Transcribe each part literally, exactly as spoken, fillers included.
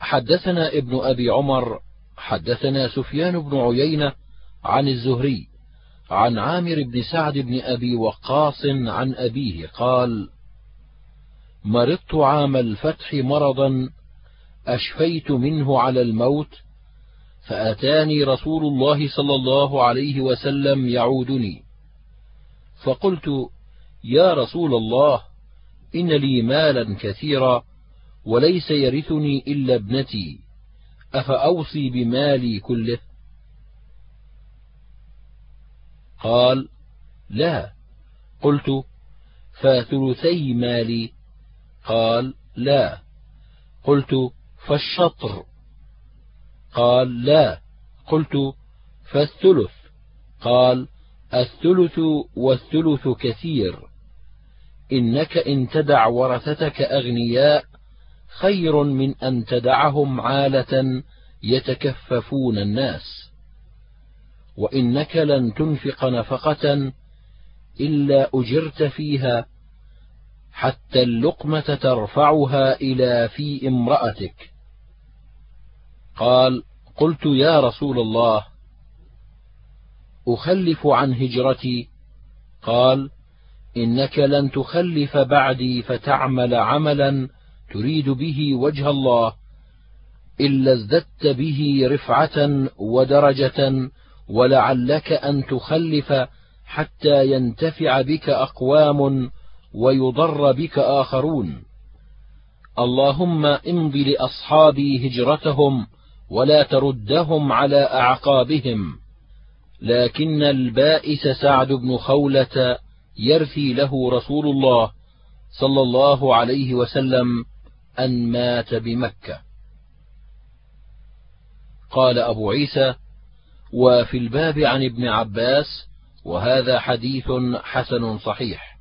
حدثنا ابن أبي عمر حدثنا سفيان بن عيينة عن الزهري عن عامر بن سعد بن أبي وقاص عن أبيه قال: مرضت عام الفتح مرضا أشفيت منه على الموت، فأتاني رسول الله صلى الله عليه وسلم يعودني، فقلت: يا رسول الله، إن لي مالا كثيرا وليس يرثني إلا ابنتي، أفأوصي بمالي كله؟ قال: لا. قلت: فثلثي مالي؟ قال: لا. قلت: فالشطر؟ قال: لا. قلت: فالثلث؟ قال: الثلث والثلث كثير، إنك إن تدع ورثتك أغنياء خير من أن تدعهم عالة يتكففون الناس، وإنك لن تنفق نفقة إلا أجرت فيها حتى اللقمة ترفعها إلى في امرأتك. قال: قلت: يا رسول الله، أخلف عن هجرتي؟ قال: إنك لن تخلف بعدي فتعمل عملا تريد به وجه الله إلا ازددت به رفعة ودرجة، ولعلك أن تخلف حتى ينتفع بك أقوام ويضر بك آخرون. اللهم امض لأصحابي هجرتهم ولا تردهم على أعقابهم. لكن البائس سعد بن خولة يرثي له رسول الله صلى الله عليه وسلم أن مات بمكة. قال أبو عيسى: وفي الباب عن ابن عباس، وهذا حديث حسن صحيح.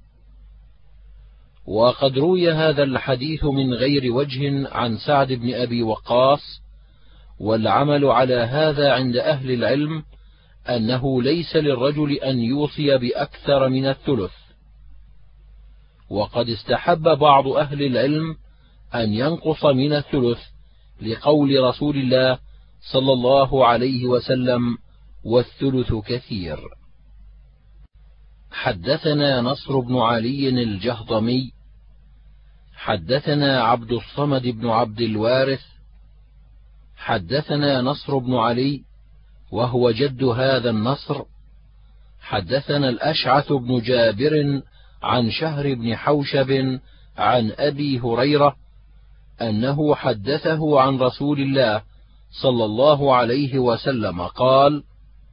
وقد روي هذا الحديث من غير وجه عن سعد بن أبي وقاص، والعمل على هذا عند أهل العلم أنه ليس للرجل أن يوصي بأكثر من الثلث. وقد استحب بعض أهل العلم أن ينقص من الثلث لقول رسول الله صلى الله عليه وسلم: والثلث كثير. حدثنا نصر بن علي الجهضمي حدثنا عبد الصمد بن عبد الوارث حدثنا نصر بن علي وهو جد هذا النصر حدثنا الأشعث بن جابر عن شهر بن حوشب عن أبي هريرة أنه حدثه عن رسول الله صلى الله عليه وسلم قال: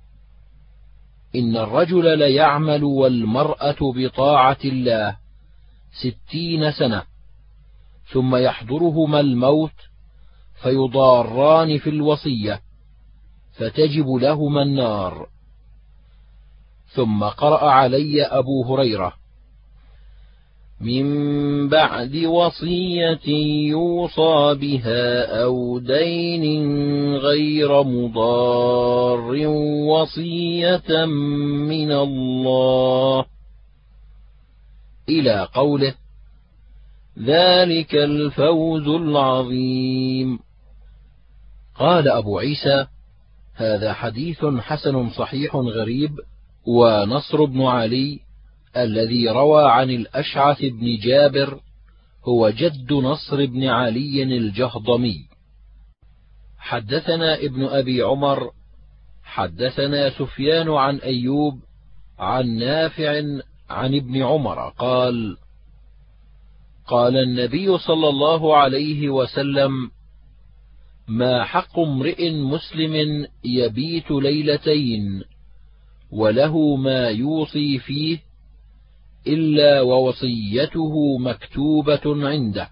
إن الرجل ليعمل والمرأة بطاعة الله ستين سنة، ثم يحضرهما الموت فيضاران في الوصية فتجب لهما النار. ثم قرأ علي أبو هريرة: من بعد وصية يوصى بها أو دين غير مضار وصية من الله، إلى قوله: ذلك الفوز العظيم. قال أبو عيسى: هذا حديث حسن صحيح غريب. ونصر بن علي الذي روى عن الأشعث بن جابر هو جد نصر بن علي الجهضمي. حدثنا ابن أبي عمر حدثنا سفيان عن أيوب عن نافع عن ابن عمر قال: قال النبي صلى الله عليه وسلم: ما حق امرئ مسلم يبيت ليلتين وله ما يوصي فيه إلا ووصيته مكتوبة عنده.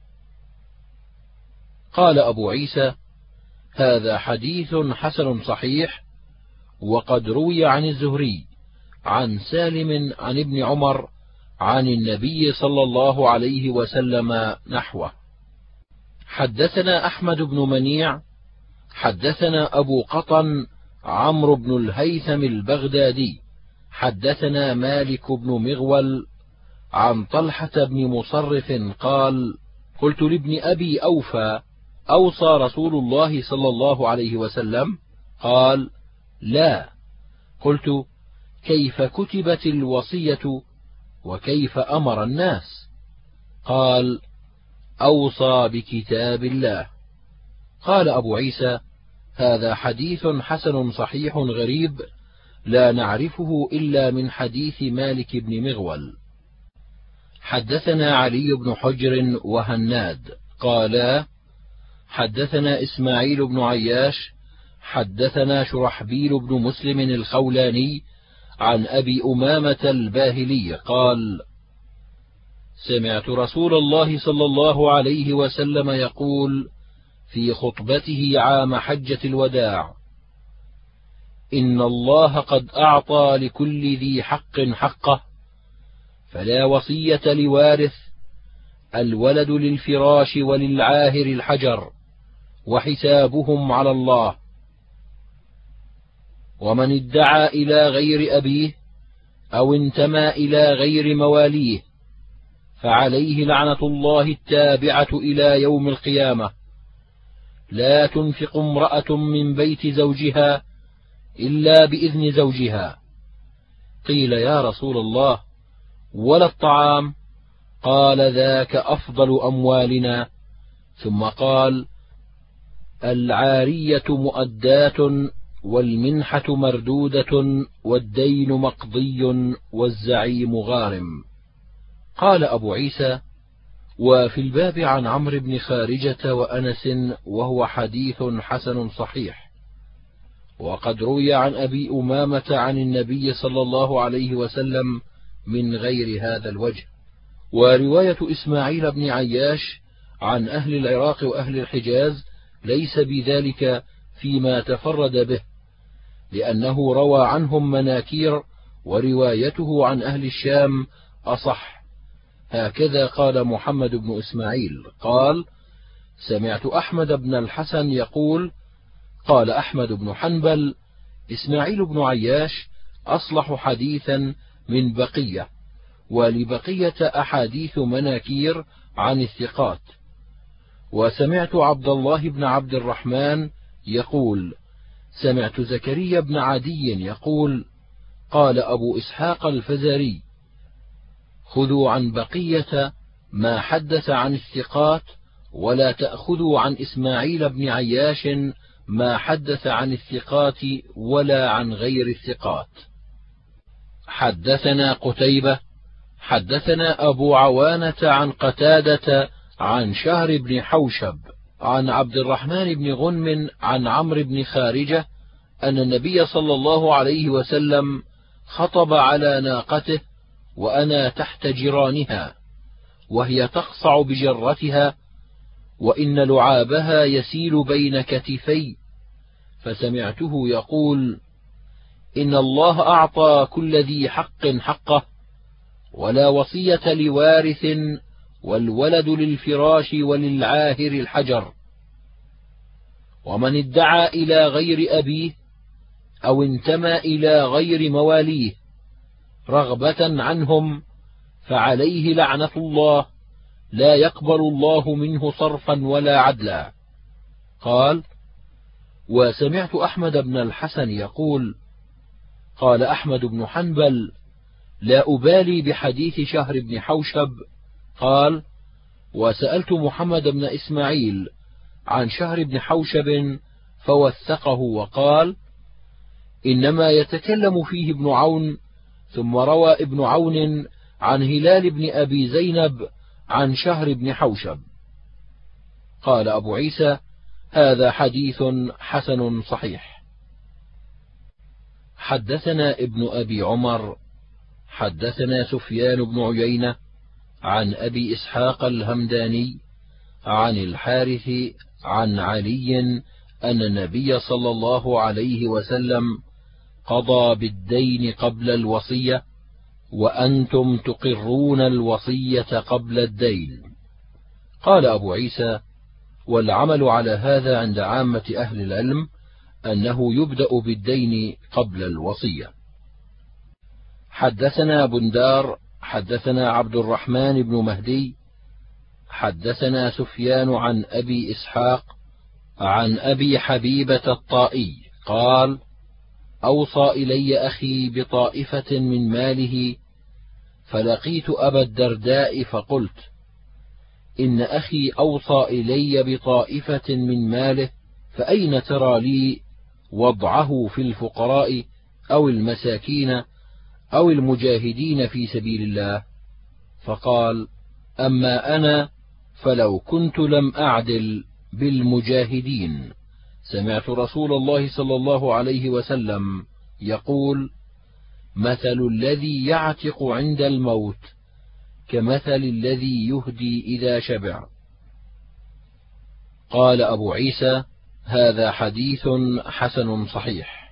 قال أبو عيسى: هذا حديث حسن صحيح. وقد روي عن الزهري عن سالم عن ابن عمر عن النبي صلى الله عليه وسلم نحوه. حدثنا أحمد بن منيع حدثنا أبو قطن عمرو بن الهيثم البغدادي حدثنا مالك بن مغول عن طلحة بن مصرف قال: قلت لابن أبي أوفى: أوصى رسول الله صلى الله عليه وسلم؟ قال: لا. قلت: كيف كتبت الوصية وكيف أمر الناس؟ قال: أوصى بكتاب الله. قال أبو عيسى: هذا حديث حسن صحيح غريب لا نعرفه إلا من حديث مالك بن مغول. حدثنا علي بن حجر وهناد قالا: حدثنا إسماعيل بن عياش حدثنا شرحبيل بن مسلم الخولاني عن أبي أمامة الباهلي قال: سمعت رسول الله صلى الله عليه وسلم يقول في خطبته عام حجة الوداع: إن الله قد أعطى لكل ذي حق حقه، فلا وصية لوارث، الولد للفراش وللعاهر الحجر، وحسابهم على الله. ومن ادعى إلى غير أبيه أو انتمى إلى غير مواليه فعليه لعنة الله التابعة إلى يوم القيامة. لا تنفق امرأة من بيت زوجها إلا بإذن زوجها. قيل: يا رسول الله، ولا الطعام؟ قال: ذاك أفضل أموالنا. ثم قال: العارية مؤداة، والمنحة مردودة، والدين مقضي، والزعيم غارم. قال أبو عيسى: وفي الباب عن عمرو بن خارجة وأنس، وهو حديث حسن صحيح. وقد روي عن أبي أمامة عن النبي صلى الله عليه وسلم من غير هذا الوجه. ورواية إسماعيل بن عياش عن أهل العراق وأهل الحجاز ليس بذلك فيما تفرد به، لأنه روى عنهم مناكير، وروايته عن أهل الشام أصح. هكذا قال محمد بن إسماعيل قال: سمعت أحمد بن الحسن يقول: قال أحمد بن حنبل: إسماعيل بن عياش أصلح حديثا من بقية، ولبقية أحاديث مناكير عن الثقات. وسمعت عبد الله بن عبد الرحمن يقول: سمعت زكريا بن عدي يقول: قال أبو إسحاق الفزاري: خذوا عن بقية ما حدث عن الثقات، ولا تأخذوا عن إسماعيل بن عياش ما حدث عن الثقات ولا عن غير الثقات. حدثنا قتيبة حدثنا أبو عوانة عن قتادة عن شهر بن حوشب عن عبد الرحمن بن غنم عن عمرو بن خارجة أن النبي صلى الله عليه وسلم خطب على ناقته وأنا تحت جرانها، وهي تقصع بجرتها، وإن لعابها يسيل بين كتفي، فسمعته يقول: إن الله أعطى كل ذي حق حقه، ولا وصية لوارث، والولد للفراش وللعاهر الحجر. ومن ادعى إلى غير أبيه أو انتمى إلى غير مواليه رغبة عنهم فعليه لعنة الله، لا يقبل الله منه صرفا ولا عدلا. قال: وسمعت أحمد بن الحسن يقول: قال أحمد بن حنبل: لا أبالي بحديث شهر بن حوشب. قال: وسألت محمد بن إسماعيل عن شهر بن حوشب فوثقه وقال: إنما يتكلم فيه ابن عون. ثم روى ابن عون عن هلال بن أبي زينب عن شهر بن حوشب. قال أبو عيسى: هذا حديث حسن صحيح. حدثنا ابن أبي عمر حدثنا سفيان بن عيينة عن أبي إسحاق الهمداني عن الحارث عن علي أن النبي صلى الله عليه وسلم قضى بالدين قبل الوصية، وأنتم تقرون الوصية قبل الدين. قال أبو عيسى: والعمل على هذا عند عامة أهل العلم أنه يبدأ بالدين قبل الوصية. حدثنا بندار حدثنا عبد الرحمن بن مهدي حدثنا سفيان عن أبي إسحاق عن أبي حبيبة الطائي قال: أوصى إلي أخي بطائفة من ماله، فلقيت أبا الدرداء فقلت: إن أخي أوصى إلي بطائفة من ماله، فأين ترى لي وضعه في الفقراء أو المساكين أو المجاهدين في سبيل الله؟ فقال: أما أنا فلو كنت لم أعدل بالمجاهدين، سمعت رسول الله صلى الله عليه وسلم يقول: مثل الذي يعتق عند الموت كمثل الذي يهدي إذا شبع. قال أبو عيسى: هذا حديث حسن صحيح.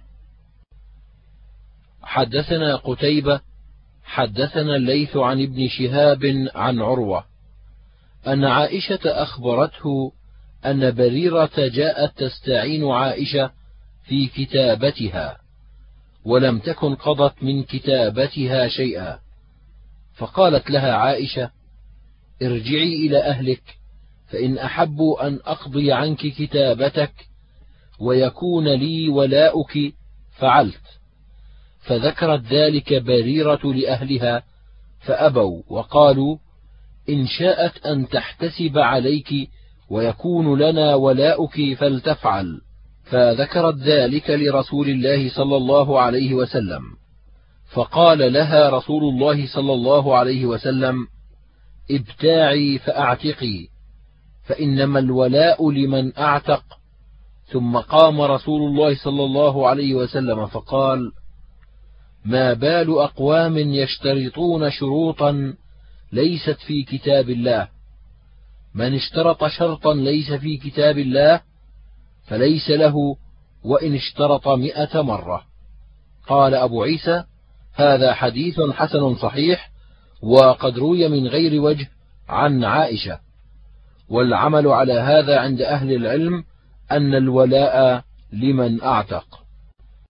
حدثنا قتيبة حدثنا الليث عن ابن شهاب عن عروة أن عائشة أخبرته أن بريرة جاءت تستعين عائشة في كتابتها، ولم تكن قضت من كتابتها شيئا، فقالت لها عائشة: ارجعي إلى أهلك، فإن أحبوا أن أقضي عنك كتابتك ويكون لي ولاؤك فعلت. فذكرت ذلك بريرة لأهلها فأبوا، وقالوا: إن شاءت أن تحتسب عليك ويكون لنا ولاؤك فلتفعل. فذكرت ذلك لرسول الله صلى الله عليه وسلم، فقال لها رسول الله صلى الله عليه وسلم: ابتاعي فأعتقي، فإنما الولاء لمن أعتق. ثم قام رسول الله صلى الله عليه وسلم فقال: ما بال أقوام يشترطون شروطا ليست في كتاب الله، من اشترط شرطا ليس في كتاب الله فليس له وإن اشترط مئة مرة. قال أبو عيسى: هذا حديث حسن صحيح، وقد روي من غير وجه عن عائشة، والعمل على هذا عند أهل العلم أن الولاء لمن أعتق.